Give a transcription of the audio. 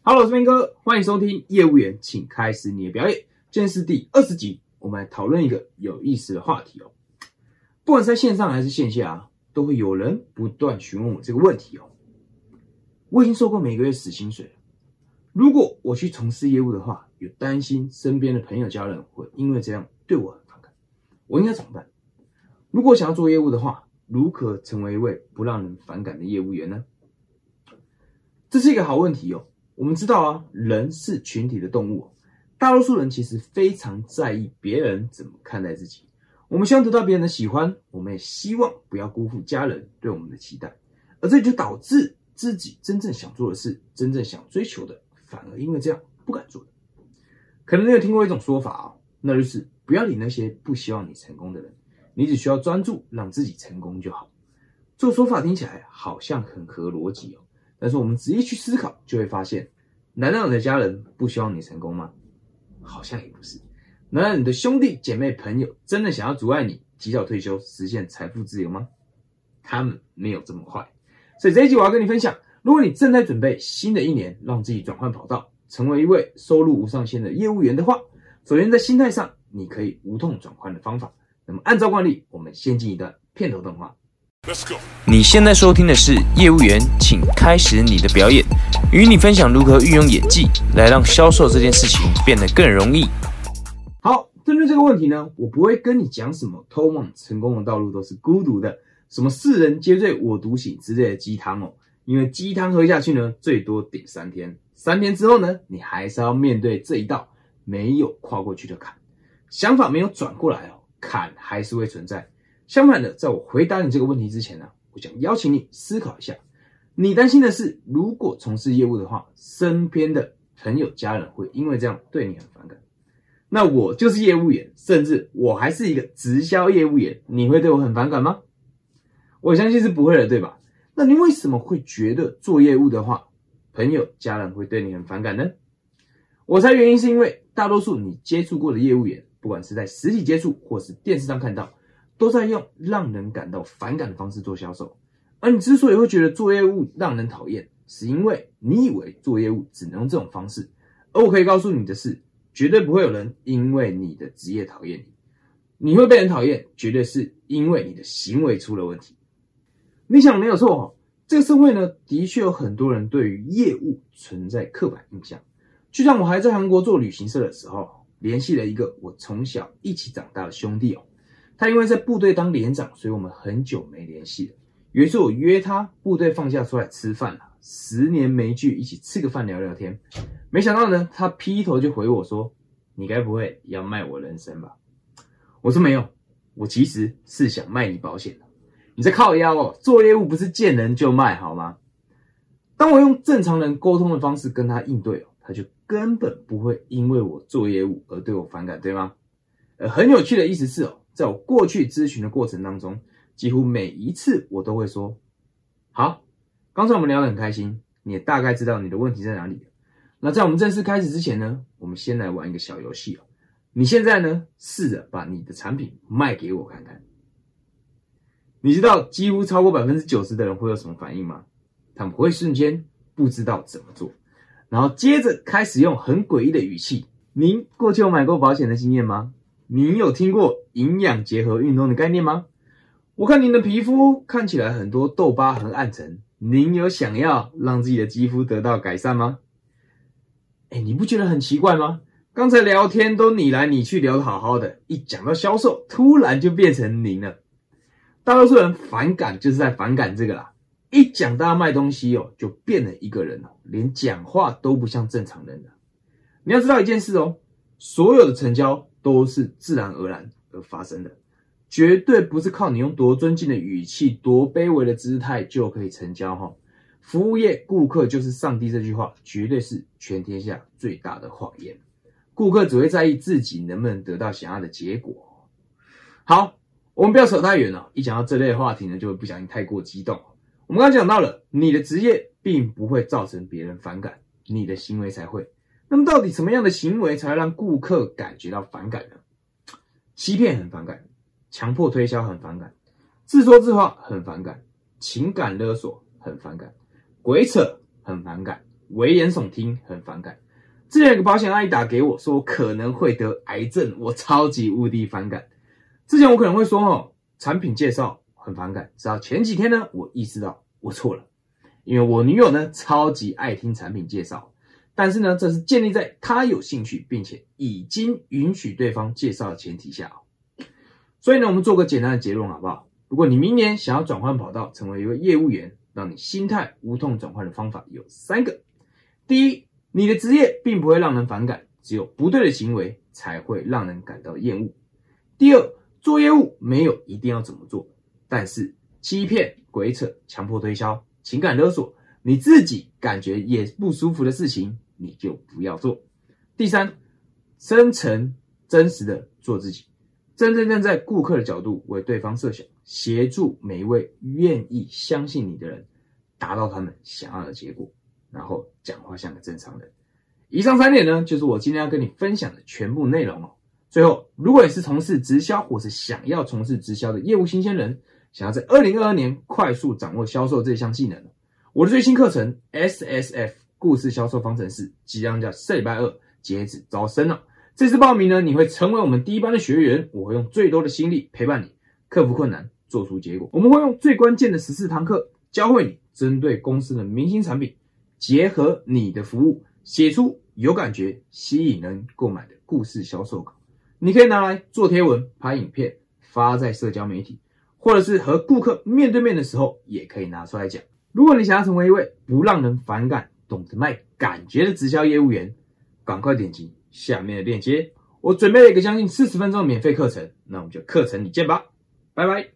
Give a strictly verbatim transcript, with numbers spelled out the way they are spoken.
Hello， 我是边哥，欢迎收听业务员，请开始你的表演。今天是第二十集，我们来讨论一个有意思的话题哦。不管是在线上还是线下啊，都会有人不断询问我这个问题哦。我已经收过每个月死薪水了，如果我去从事业务的话，有担心身边的朋友家人会因为这样对我很反感，我应该怎么办？如果想要做业务的话，如何成为一位不让人反感的业务员呢？这是一个好问题哦。我们知道啊，人是群体的动物，大多数人其实非常在意别人怎么看待自己。我们希望得到别人的喜欢，我们也希望不要辜负家人对我们的期待，而这就导致自己真正想做的事，真正想追求的，反而因为这样不敢做的。可能你有听过一种说法哦，那就是不要理那些不希望你成功的人，你只需要专注让自己成功就好。这个说法听起来好像很合逻辑哦，但是我们仔细去思考，就会发现，难道你的家人不希望你成功吗？好像也不是。难道你的兄弟姐妹朋友真的想要阻碍你提早退休，实现财富自由吗？他们没有这么坏。所以这一集我要跟你分享，如果你正在准备新的一年让自己转换跑道，成为一位收入无上限的业务员的话，首先在心态上你可以无痛转换的方法。那么按照惯例，我们先进一段片头动画。 你现在收听的是业务员，请开始你的表演，与你分享如何运用演技来让销售这件事情变得更容易。 好，针对这个问题呢，我不会跟你讲什么通往成功的道路都是孤独的，什么世人皆醉我独醒之类的鸡汤哦，因为鸡汤喝下去呢，最多顶三天，三天之后呢，你还是要面对这一道没有跨过去的坎，想法没有转过来哦，坎还是会存在。相反的，在我回答你这个问题之前呢，我想邀请你思考一下，你担心的是，如果从事业务的话，身边的朋友家人会因为这样对你很反感。那我就是业务员，甚至我还是一个直销业务员，你会对我很反感吗？我相信是不会的，对吧？那你为什么会觉得做业务的话，朋友家人会对你很反感呢？我猜原因是因为大多数你接触过的业务员，不管是在实体接触或是电视上看到，都在用让人感到反感的方式做销售。而你之所以会觉得做业务让人讨厌，是因为你以为做业务只能用这种方式。而我可以告诉你的是，绝对不会有人因为你的职业讨厌你。你会被人讨厌，绝对是因为你的行为出了问题。你想没有错哦，这个社会呢，的确有很多人对于业务存在刻板印象。就像我还在韩国做旅行社的时候，联系了一个我从小一起长大的兄弟哦。他因为在部队当连长，所以我们很久没联系了。有一次我约他部队放假出来吃饭了，十年没聚，一起吃个饭聊聊天。没想到呢，他劈头就回我说：“你该不会要卖我人生吧？”我说没有，我其实是想卖你保险的。你在靠腰哦，做业务不是见人就卖好吗？当我用正常人沟通的方式跟他应对哦，他就根本不会因为我做业务而对我反感，对吗？呃，很有趣的意思是哦，在我过去咨询的过程当中，几乎每一次我都会说：好，刚才我们聊得很开心，你也大概知道你的问题在哪里了。那在我们正式开始之前呢，我们先来玩一个小游戏哦。你现在呢，试着把你的产品卖给我看看。你知道几乎超过 百分之九十 的人会有什么反应吗？他们会瞬间不知道怎么做，然后接着开始用很诡异的语气：您过去有买过保险的经验吗？您有听过营养结合运动的概念吗？我看您的皮肤看起来很多痘疤和暗沉，您有想要让自己的肌肤得到改善吗？哎，你不觉得很奇怪吗？刚才聊天都你来你去聊得好好的，一讲到销售，突然就变成您了。大多数人反感就是在反感这个啦，一讲到要卖东西哦，就变了一个人哦，连讲话都不像正常人了。你要知道一件事哦，所有的成交都是自然而然而发生的，绝对不是靠你用多尊敬的语气、多卑微的姿态就可以成交哈。服务业顾客就是上帝这句话，绝对是全天下最大的谎言。顾客只会在意自己能不能得到想要的结果。好，我们不要扯太远了，一讲到这类的话题呢，就会不小心太过激动。我们刚刚讲到了，你的职业并不会造成别人反感，你的行为才会。那么到底什么样的行为才会让顾客感觉到反感呢？欺骗很反感，强迫推销很反感，自说自话很反感，情感勒索很反感，鬼扯很反感， 危言耸听，很反感。之前有个保险阿姨打给我说可能会得癌症，我超级无敌反感。之前我可能会说哦，产品介绍很反感，直到前几天呢，我意识到我错了，因为我女友呢超级爱听产品介绍，但是呢，这是建立在她有兴趣并且已经允许对方介绍的前提下。所以呢，我们做个简单的结论好不好？如果你明年想要转换跑道，成为一位业务员，让你心态无痛转换的方法有三个。第一，你的职业并不会让人反感，只有不对的行为才会让人感到厌恶。第二，做业务没有一定要怎么做，但是欺骗、鬼扯、强迫推销、情感勒索，你自己感觉也不舒服的事情，你就不要做。第三，真诚真实的做自己，真正站在顾客的角度为对方设想，协助每一位愿意相信你的人达到他们想要的结果，然后讲话像个正常人。以上三点呢，就是我今天要跟你分享的全部内容哦。最后，如果你是从事直销或是想要从事直销的业务新鲜人，想要在二零二二年快速掌握销售这项技能，我的最新课程 S S F 故事销售方程式即将在这礼拜二截止招生了。这次报名呢，你会成为我们第一班的学员，我会用最多的心力陪伴你克服困难，做出结果。我们会用最关键的十四堂课教会你针对公司的明星产品，结合你的服务，写出有感觉、吸引人购买的故事销售稿。你可以拿来做贴文、拍影片，发在社交媒体，或者是和顾客面对面的时候，也可以拿出来讲。如果你想要成为一位不让人反感、懂得卖感觉的直销业务员，赶快点击下面的链接，我准备了一个将近四十分钟的免费课程，那我们就课程里见吧，拜拜。